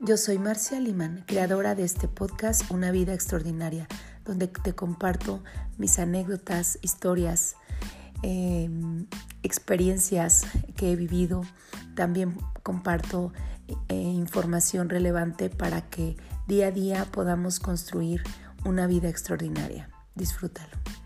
Yo soy Marcia Liman, creadora de este podcast Una Vida Extraordinaria, donde te comparto mis anécdotas, historias, experiencias que he vivido. También comparto información relevante para que día a día podamos construir una vida extraordinaria. Disfrútalo.